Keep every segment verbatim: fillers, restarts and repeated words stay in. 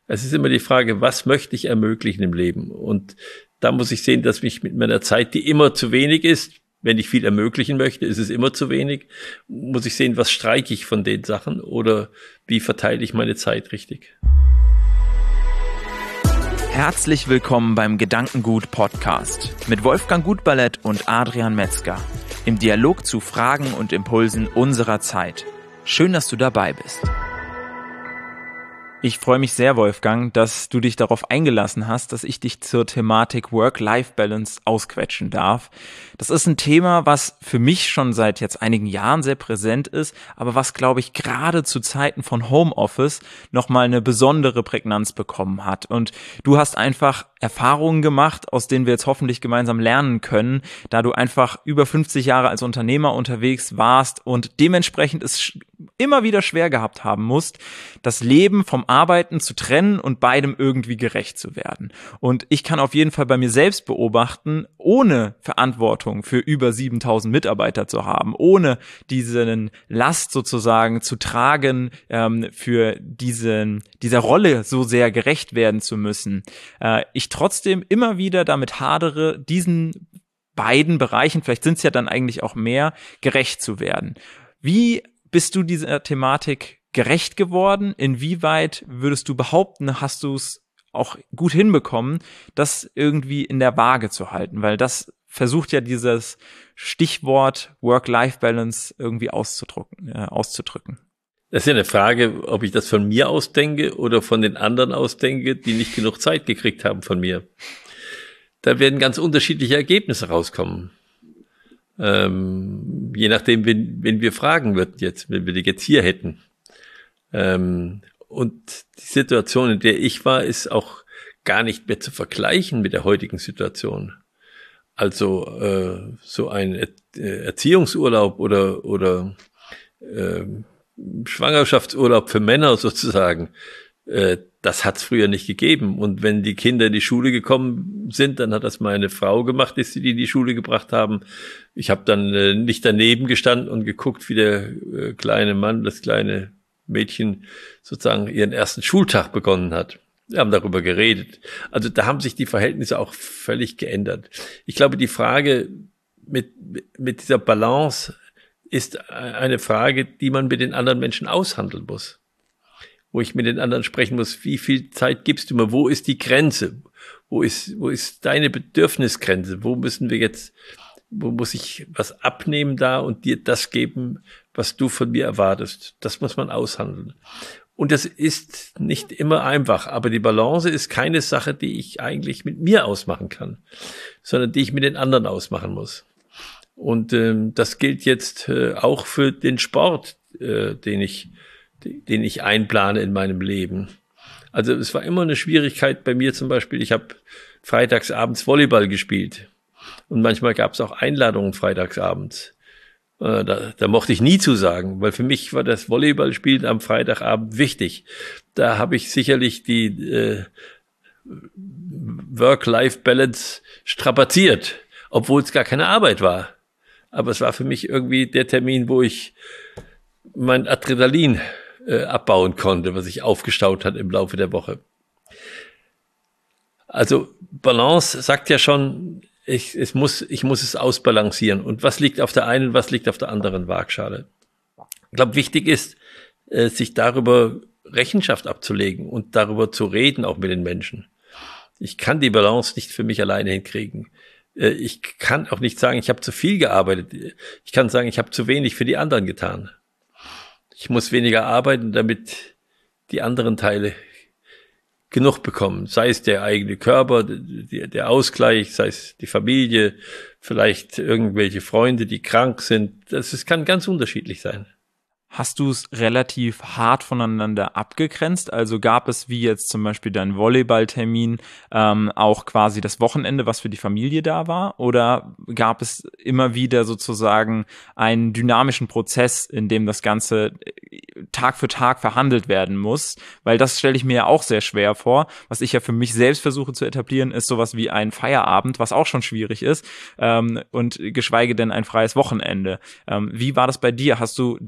Es ist immer die Frage, was möchte ich ermöglichen im Leben? Und da muss ich sehen, dass mich mit meiner Zeit, die immer zu wenig ist, wenn ich viel ermöglichen möchte, ist es immer zu wenig, muss ich sehen, was streike ich von den Sachen oder wie verteile ich meine Zeit richtig? Herzlich willkommen beim Gedankengut Podcast mit Wolfgang Gutballett und Adrian Metzger im Dialog zu Fragen und Impulsen unserer Zeit. Schön, dass du dabei bist. Ich freue mich sehr, Wolfgang, dass du dich darauf eingelassen hast, dass ich dich zur Thematik Work-Life-Balance ausquetschen darf. Das ist ein Thema, was für mich schon seit jetzt einigen Jahren sehr präsent ist, aber was, glaube ich, gerade zu Zeiten von Homeoffice nochmal eine besondere Prägnanz bekommen hat. Und du hast einfach Erfahrungen gemacht, aus denen wir jetzt hoffentlich gemeinsam lernen können, da du einfach über fünfzig Jahre als Unternehmer unterwegs warst und dementsprechend es immer wieder schwer gehabt haben musst, das Leben vom Arbeiten zu trennen und beidem irgendwie gerecht zu werden. Und ich kann auf jeden Fall bei mir selbst beobachten, ohne Verantwortung für über siebentausend Mitarbeiter zu haben, ohne diesen Last sozusagen zu tragen, ähm, für diesen, dieser Rolle so sehr gerecht werden zu müssen, äh, ich trotzdem immer wieder damit hadere, diesen beiden Bereichen, vielleicht sind es ja dann eigentlich auch mehr, gerecht zu werden. Wie bist du dieser Thematik gerecht geworden? Inwieweit würdest du behaupten, hast du es auch gut hinbekommen, das irgendwie in der Waage zu halten? Weil das versucht ja dieses Stichwort Work-Life-Balance irgendwie auszudrücken, äh, auszudrücken. Das ist ja eine Frage, ob ich das von mir ausdenke oder von den anderen ausdenke, die nicht genug Zeit gekriegt haben von mir. Da werden ganz unterschiedliche Ergebnisse rauskommen. Ähm, je nachdem, wen, wen wir fragen würden jetzt, wenn wir die jetzt hier hätten. Ähm, und die Situation, in der ich war, ist auch gar nicht mehr zu vergleichen mit der heutigen Situation. Also äh, so ein er- Erziehungsurlaub oder oder äh, Schwangerschaftsurlaub für Männer sozusagen, äh, das hat es früher nicht gegeben. Und wenn die Kinder in die Schule gekommen sind, dann hat das meine Frau gemacht, dass sie die in die Schule gebracht haben. Ich habe dann äh, nicht daneben gestanden und geguckt, wie der äh, kleine Mann, das kleine Mädchen sozusagen ihren ersten Schultag begonnen hat. Wir haben darüber geredet. Also da haben sich die Verhältnisse auch völlig geändert. Ich glaube, die Frage mit, mit dieser Balance ist eine Frage, die man mit den anderen Menschen aushandeln muss. Wo ich mit den anderen sprechen muss, wie viel Zeit gibst du mir? Wo ist die Grenze? Wo ist, wo ist deine Bedürfnisgrenze? Wo müssen wir jetzt, wo muss ich was abnehmen da und dir das geben, was du von mir erwartest? Das muss man aushandeln. Und das ist nicht immer einfach, aber die Balance ist keine Sache, die ich eigentlich mit mir ausmachen kann, sondern die ich mit den anderen ausmachen muss. Und ähm, das gilt jetzt äh, auch für den Sport, äh, den ich den ich einplane in meinem Leben. Also es war immer eine Schwierigkeit bei mir zum Beispiel, ich habe freitags abends Volleyball gespielt und manchmal gab es auch Einladungen freitags abends. Äh, da, da mochte ich nie zusagen, weil für mich war das Volleyballspielen am Freitagabend wichtig. Da habe ich sicherlich die äh, Work-Life-Balance strapaziert, obwohl es gar keine Arbeit war. Aber es war für mich irgendwie der Termin, wo ich mein Adrenalin äh, abbauen konnte, was sich aufgestaut hat im Laufe der Woche. Also Balance sagt ja schon, ich, es muss, ich muss es ausbalancieren. Und was liegt auf der einen, was liegt auf der anderen Waagschale? Ich glaube, wichtig ist, äh, sich darüber Rechenschaft abzulegen und darüber zu reden, auch mit den Menschen. Ich kann die Balance nicht für mich alleine hinkriegen. Äh, ich kann auch nicht sagen, ich habe zu viel gearbeitet. Ich kann sagen, ich habe zu wenig für die anderen getan. Ich muss weniger arbeiten, damit die anderen Teile genug bekommen. Sei es der eigene Körper, der Ausgleich, sei es die Familie, vielleicht irgendwelche Freunde, die krank sind. Das, das kann ganz unterschiedlich sein. Hast du es relativ hart voneinander abgegrenzt? Also gab es, wie jetzt zum Beispiel dein Volleyballtermin, ähm, auch quasi das Wochenende, was für die Familie da war? Oder gab es immer wieder sozusagen einen dynamischen Prozess, in dem das Ganze Tag für Tag verhandelt werden muss? Weil das stelle ich mir ja auch sehr schwer vor. Was ich ja für mich selbst versuche zu etablieren, ist sowas wie ein Feierabend, was auch schon schwierig ist, ähm, und geschweige denn ein freies Wochenende. Ähm, wie war das bei dir? Hast du dadurch, dass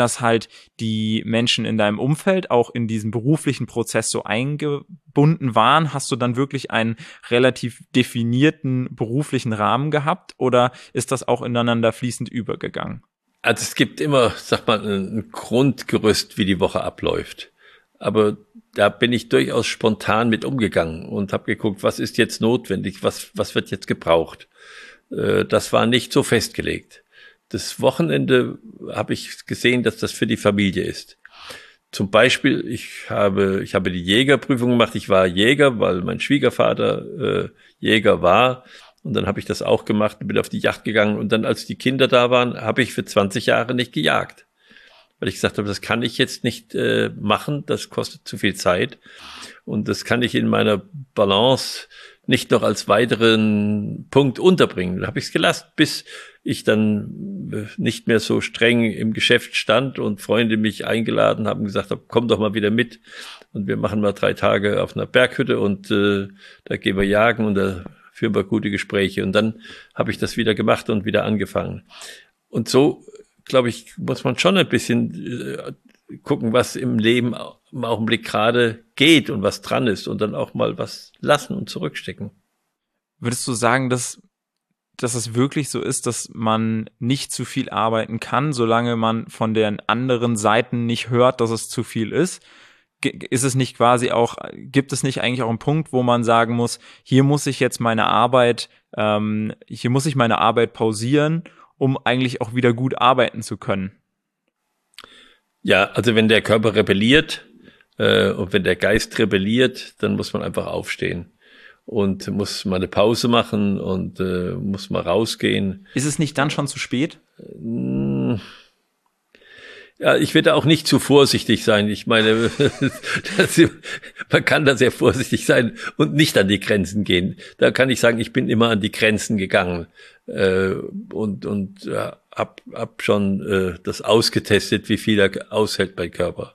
dass halt die Menschen in deinem Umfeld auch in diesen beruflichen Prozess so eingebunden waren? Hast du dann wirklich einen relativ definierten beruflichen Rahmen gehabt oder ist das auch ineinander fließend übergegangen? Also es gibt immer, sag mal, ein Grundgerüst, wie die Woche abläuft. Aber da bin ich durchaus spontan mit umgegangen und habe geguckt, was ist jetzt notwendig, was, was wird jetzt gebraucht. Das war nicht so festgelegt. Das Wochenende habe ich gesehen, dass das für die Familie ist. Zum Beispiel, ich habe, ich habe die Jägerprüfung gemacht. Ich war Jäger, weil mein Schwiegervater äh, Jäger war. Und dann habe ich das auch gemacht und bin auf die Jagd gegangen. Und dann, als die Kinder da waren, habe ich für zwanzig Jahre nicht gejagt. Weil ich gesagt habe, das kann ich jetzt nicht äh, machen. Das kostet zu viel Zeit. Und das kann ich in meiner Balance nicht noch als weiteren Punkt unterbringen. Dann habe ich es gelassen, bis ich dann nicht mehr so streng im Geschäft stand und Freunde mich eingeladen haben und gesagt haben, komm doch mal wieder mit und wir machen mal drei Tage auf einer Berghütte und äh, da gehen wir jagen und da führen wir gute Gespräche. Und dann habe ich das wieder gemacht und wieder angefangen. Und so, glaube ich, muss man schon ein bisschen äh, gucken, was im Leben im Augenblick gerade geht und was dran ist und dann auch mal was lassen und zurückstecken. Würdest du sagen, dass, dass es wirklich so ist, dass man nicht zu viel arbeiten kann, solange man von den anderen Seiten nicht hört, dass es zu viel ist? Ist es nicht quasi auch, gibt es nicht eigentlich auch einen Punkt, wo man sagen muss, hier muss ich jetzt meine Arbeit, ähm, hier muss ich meine Arbeit pausieren, um eigentlich auch wieder gut arbeiten zu können? Ja, also wenn der Körper rebelliert äh, und wenn der Geist rebelliert, dann muss man einfach aufstehen und muss mal eine Pause machen und äh, muss mal rausgehen. Ist es nicht dann schon zu spät? Ja, ich werde auch nicht zu vorsichtig sein. Ich meine, das, man kann da sehr vorsichtig sein und nicht an die Grenzen gehen. Da kann ich sagen, ich bin immer an die Grenzen gegangen äh, und und ja, hab, hab schon äh, das ausgetestet, wie viel er aushält mein Körper.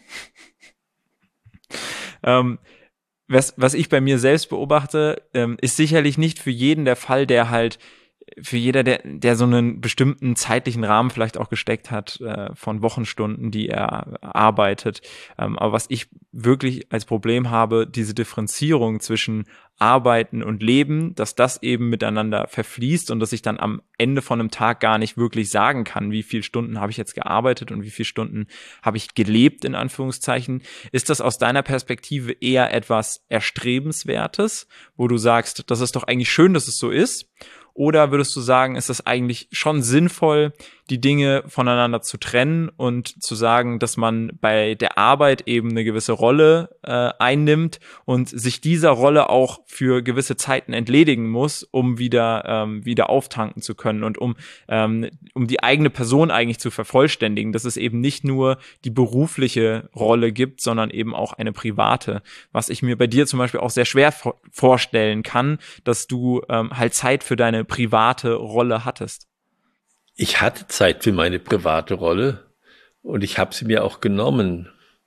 ähm, was, was ich bei mir selbst beobachte, ähm, ist sicherlich nicht für jeden der Fall, der halt für jeder, der, der so einen bestimmten zeitlichen Rahmen vielleicht auch gesteckt hat, äh, von Wochenstunden, die er arbeitet. Ähm, aber was ich wirklich als Problem habe, diese Differenzierung zwischen Arbeiten und Leben, dass das eben miteinander verfließt und dass ich dann am Ende von einem Tag gar nicht wirklich sagen kann, wie viele Stunden habe ich jetzt gearbeitet und wie viele Stunden habe ich gelebt, in Anführungszeichen. Ist das aus deiner Perspektive eher etwas Erstrebenswertes, wo du sagst, das ist doch eigentlich schön, dass es so ist? Oder würdest du sagen, ist es eigentlich schon sinnvoll, die Dinge voneinander zu trennen und zu sagen, dass man bei der Arbeit eben eine gewisse Rolle äh, einnimmt und sich dieser Rolle auch für gewisse Zeiten entledigen muss, um wieder ähm, wieder auftanken zu können und um ähm, um die eigene Person eigentlich zu vervollständigen, dass es eben nicht nur die berufliche Rolle gibt, sondern eben auch eine private, was ich mir bei dir zum Beispiel auch sehr schwer vor- vorstellen kann, dass du ähm, halt Zeit für deine private Rolle hattest. Ich hatte Zeit für meine private Rolle und ich habe sie mir auch genommen.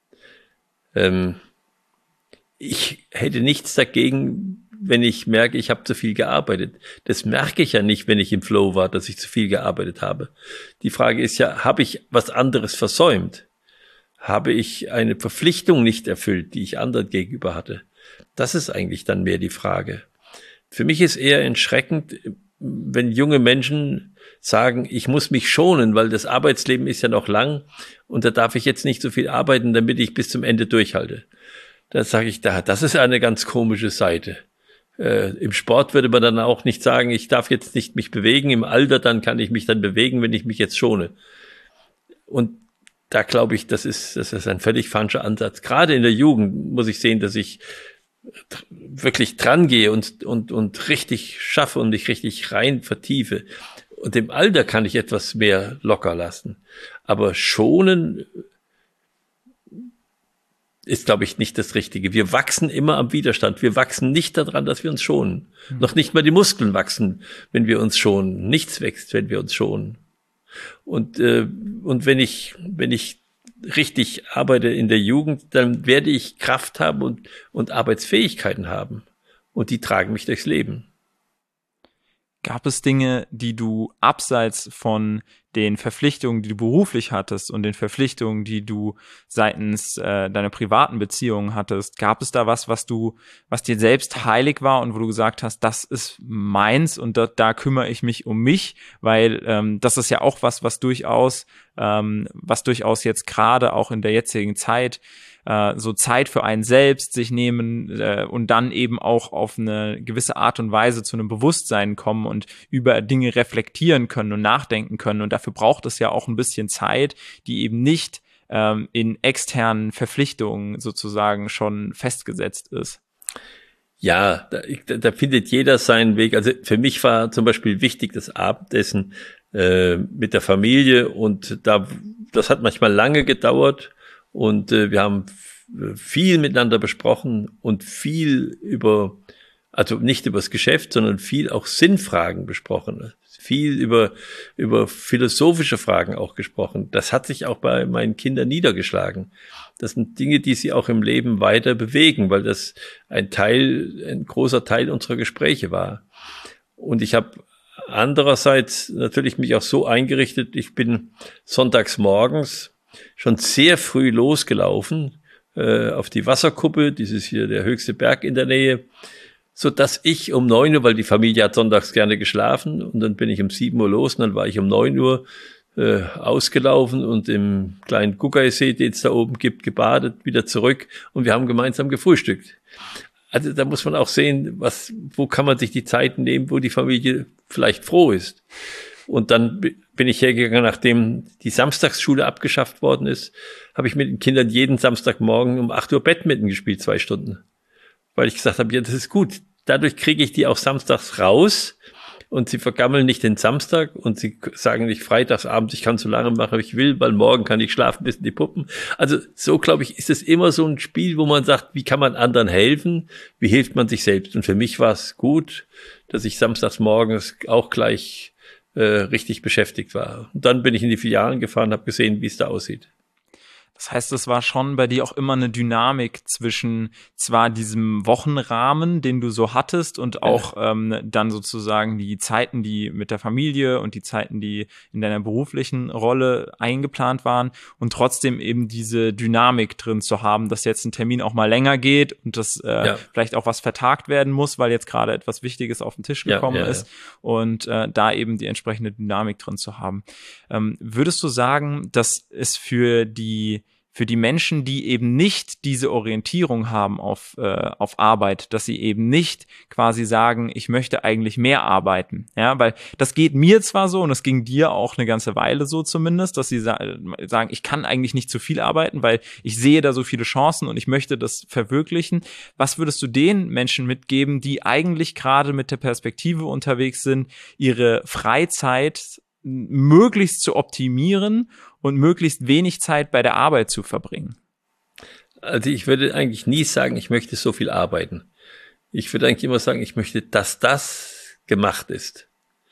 Ähm, ich hätte nichts dagegen, wenn ich merke, ich habe zu viel gearbeitet. Das merke ich ja nicht, wenn ich im Flow war, dass ich zu viel gearbeitet habe. Die Frage ist ja, habe ich was anderes versäumt? Habe ich eine Verpflichtung nicht erfüllt, die ich anderen gegenüber hatte? Das ist eigentlich dann mehr die Frage. Für mich ist eher erschreckend, wenn junge Menschen sagen, ich muss mich schonen, weil das Arbeitsleben ist ja noch lang und da darf ich jetzt nicht so viel arbeiten, damit ich bis zum Ende durchhalte. Da sage ich, da, das ist eine ganz komische Seite. Äh, im Sport würde man dann auch nicht sagen, ich darf jetzt nicht mich bewegen. Im Alter dann kann ich mich dann bewegen, wenn ich mich jetzt schone. Und da glaube ich, das ist, das ist ein völlig falscher Ansatz. Gerade in der Jugend muss ich sehen, dass ich wirklich dran gehe und, und, und richtig schaffe und mich richtig rein vertiefe. Und im Alter kann ich etwas mehr locker lassen. Aber schonen ist, glaube ich, nicht das Richtige. Wir wachsen immer am Widerstand. Wir wachsen nicht daran, dass wir uns schonen. Mhm. Noch nicht mal die Muskeln wachsen, wenn wir uns schonen. Nichts wächst, wenn wir uns schonen. Und, äh, und wenn ich, wenn ich richtig arbeite in der Jugend, dann werde ich Kraft haben und, und Arbeitsfähigkeiten haben. Und die tragen mich durchs Leben. Gab es Dinge, die du abseits von den Verpflichtungen, die du beruflich hattest und den Verpflichtungen, die du seitens äh, deiner privaten Beziehungen hattest, gab es da was, was du, was dir selbst heilig war und wo du gesagt hast, das ist meins und da, da kümmere ich mich um mich, weil ähm, das ist ja auch was, was durchaus, ähm, was durchaus jetzt gerade auch in der jetzigen Zeit äh, so Zeit für einen selbst sich nehmen äh, und dann eben auch auf eine gewisse Art und Weise zu einem Bewusstsein kommen und über Dinge reflektieren können und nachdenken können. Und dafür braucht es ja auch ein bisschen Zeit, die eben nicht ähm, in externen Verpflichtungen sozusagen schon festgesetzt ist. Ja, da, da, da findet jeder seinen Weg. Also für mich war zum Beispiel wichtig das Abendessen äh, mit der Familie und da das hat manchmal lange gedauert und äh, wir haben viel miteinander besprochen und viel über, also nicht über das Geschäft, sondern viel auch Sinnfragen besprochen. Viel über, über philosophische Fragen auch gesprochen. Das hat sich auch bei meinen Kindern niedergeschlagen. Das sind Dinge, die sie auch im Leben weiter bewegen, weil das ein Teil, ein großer Teil unserer Gespräche war. Und ich habe andererseits natürlich mich auch so eingerichtet, ich bin sonntags morgens schon sehr früh losgelaufen äh, auf die Wasserkuppe, dieses hier der höchste Berg in der Nähe, so dass ich um neun Uhr, weil die Familie hat sonntags gerne geschlafen und dann bin ich um sieben Uhr los und dann war ich um neun Uhr äh, ausgelaufen und im kleinen Guggeisee, den es da oben gibt, gebadet, wieder zurück und wir haben gemeinsam gefrühstückt. Also da muss man auch sehen, was, wo kann man sich die Zeit nehmen, wo die Familie vielleicht froh ist. Und dann bin ich hergegangen, nachdem die Samstagsschule abgeschafft worden ist, habe ich mit den Kindern jeden Samstagmorgen um acht Uhr Badminton gespielt, zwei Stunden. Weil ich gesagt habe, ja, das ist gut. Dadurch kriege ich die auch samstags raus und sie vergammeln nicht den Samstag und sie sagen nicht freitagsabends, ich kann so lange machen, wie ich will, weil morgen kann ich schlafen bis in die Puppen. Also so, glaube ich, ist es immer so ein Spiel, wo man sagt, wie kann man anderen helfen? Wie hilft man sich selbst? Und für mich war es gut, dass ich samstags morgens auch gleich äh, richtig beschäftigt war. Und dann bin ich in die Filialen gefahren, habe gesehen, wie es da aussieht. Das heißt, es war schon bei dir auch immer eine Dynamik zwischen zwar diesem Wochenrahmen, den du so hattest und auch ja. ähm, dann sozusagen die Zeiten, die mit der Familie und die Zeiten, die in deiner beruflichen Rolle eingeplant waren und trotzdem eben diese Dynamik drin zu haben, dass jetzt ein Termin auch mal länger geht und dass äh, ja. vielleicht auch was vertagt werden muss, weil jetzt gerade etwas Wichtiges auf den Tisch gekommen ja, ja, ist ja. und äh, da eben die entsprechende Dynamik drin zu haben. Ähm, würdest du sagen, dass es für die für die Menschen, die eben nicht diese Orientierung haben auf, äh, auf Arbeit, dass sie eben nicht quasi sagen, ich möchte eigentlich mehr arbeiten, ja, weil das geht mir zwar so und es ging dir auch eine ganze Weile so zumindest, dass sie sa- sagen, ich kann eigentlich nicht zu viel arbeiten, weil ich sehe da so viele Chancen und ich möchte das verwirklichen. Was würdest du den Menschen mitgeben, die eigentlich gerade mit der Perspektive unterwegs sind, ihre Freizeit möglichst zu optimieren und möglichst wenig Zeit bei der Arbeit zu verbringen? Also ich würde eigentlich nie sagen, ich möchte so viel arbeiten. Ich würde eigentlich immer sagen, ich möchte, dass das gemacht ist.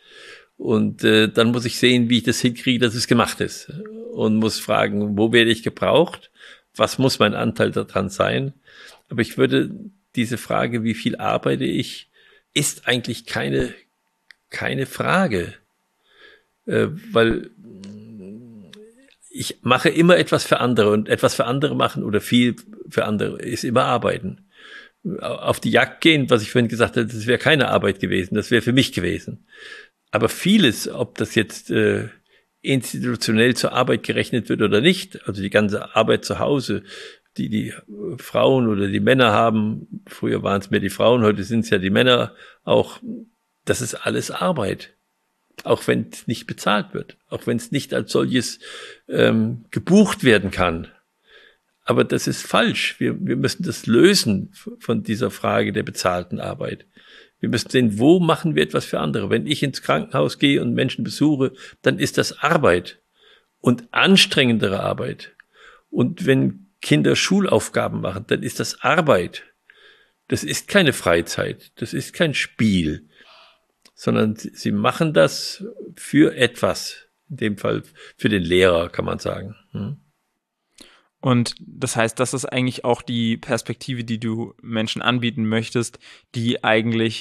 Und äh, dann muss ich sehen, wie ich das hinkriege, dass es gemacht ist. Und muss fragen, wo werde ich gebraucht? Was muss mein Anteil daran sein? Aber ich würde diese Frage, wie viel arbeite ich, ist eigentlich keine, keine Frage. Äh, weil ich mache immer etwas für andere und etwas für andere machen oder viel für andere ist immer Arbeiten. Auf die Jagd gehen, was ich vorhin gesagt habe, das wäre keine Arbeit gewesen, das wäre für mich gewesen. Aber vieles, ob das jetzt äh, institutionell zur Arbeit gerechnet wird oder nicht, also die ganze Arbeit zu Hause, die die Frauen oder die Männer haben, früher waren es mehr die Frauen, heute sind es ja die Männer auch, das ist alles Arbeit. Auch wenn es nicht bezahlt wird, auch wenn es nicht als solches ähm, gebucht werden kann. Aber das ist falsch. Wir, wir müssen das lösen von dieser Frage der bezahlten Arbeit. Wir müssen sehen, wo machen wir etwas für andere. Wenn ich ins Krankenhaus gehe und Menschen besuche, dann ist das Arbeit und anstrengendere Arbeit. Und wenn Kinder Schulaufgaben machen, dann ist das Arbeit. Das ist keine Freizeit, das ist kein Spiel, sondern sie machen das für etwas, in dem Fall für den Lehrer, kann man sagen. Hm? Und das heißt, das ist eigentlich auch die Perspektive, die du Menschen anbieten möchtest, die eigentlich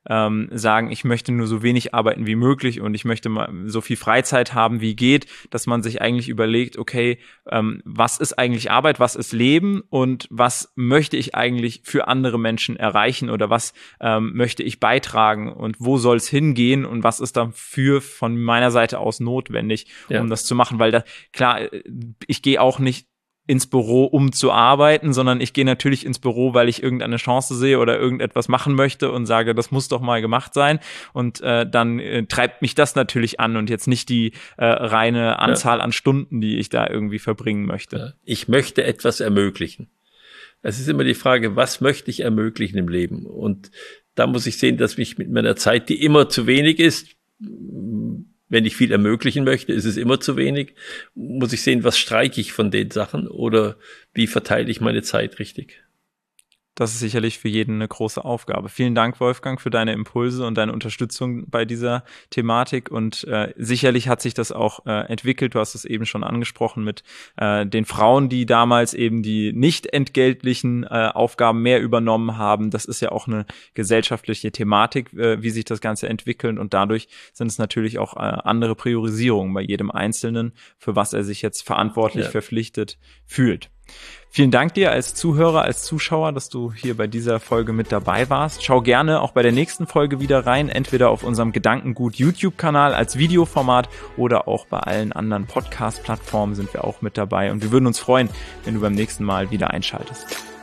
ähm, sagen, ich möchte nur so wenig arbeiten wie möglich und ich möchte mal so viel Freizeit haben, wie geht, dass man sich eigentlich überlegt, okay, ähm, was ist eigentlich Arbeit, was ist Leben und was möchte ich eigentlich für andere Menschen erreichen oder was ähm, möchte ich beitragen und wo soll es hingehen und was ist dafür von meiner Seite aus notwendig, ja. um das zu machen, weil da, klar, ich gehe auch nicht ins Büro, um zu arbeiten, sondern ich gehe natürlich ins Büro, weil ich irgendeine Chance sehe oder irgendetwas machen möchte und sage, das muss doch mal gemacht sein. Und äh, dann äh, treibt mich das natürlich an und jetzt nicht die äh, reine Anzahl ja. an Stunden, die ich da irgendwie verbringen möchte. Ja. Ich möchte etwas ermöglichen. Es ist immer die Frage, was möchte ich ermöglichen im Leben? Und da muss ich sehen, dass mich mit meiner Zeit, die immer zu wenig ist, wenn ich viel ermöglichen möchte, ist es immer zu wenig. Muss ich sehen, was streike ich von den Sachen oder wie verteile ich meine Zeit richtig? Das ist sicherlich für jeden eine große Aufgabe. Vielen Dank, Wolfgang, für deine Impulse und deine Unterstützung bei dieser Thematik. Und äh, sicherlich hat sich das auch äh, entwickelt. Du hast es eben schon angesprochen mit äh, den Frauen, die damals eben die nicht entgeltlichen äh, Aufgaben mehr übernommen haben. Das ist ja auch eine gesellschaftliche Thematik, äh, wie sich das Ganze entwickelt. Und dadurch sind es natürlich auch äh, andere Priorisierungen bei jedem Einzelnen, für was er sich jetzt verantwortlich ja. verpflichtet fühlt. Vielen Dank dir als Zuhörer, als Zuschauer, dass du hier bei dieser Folge mit dabei warst. Schau gerne auch bei der nächsten Folge wieder rein, entweder auf unserem Gedankengut YouTube-Kanal als Videoformat oder auch bei allen anderen Podcast-Plattformen sind wir auch mit dabei. Und wir würden uns freuen, wenn du beim nächsten Mal wieder einschaltest.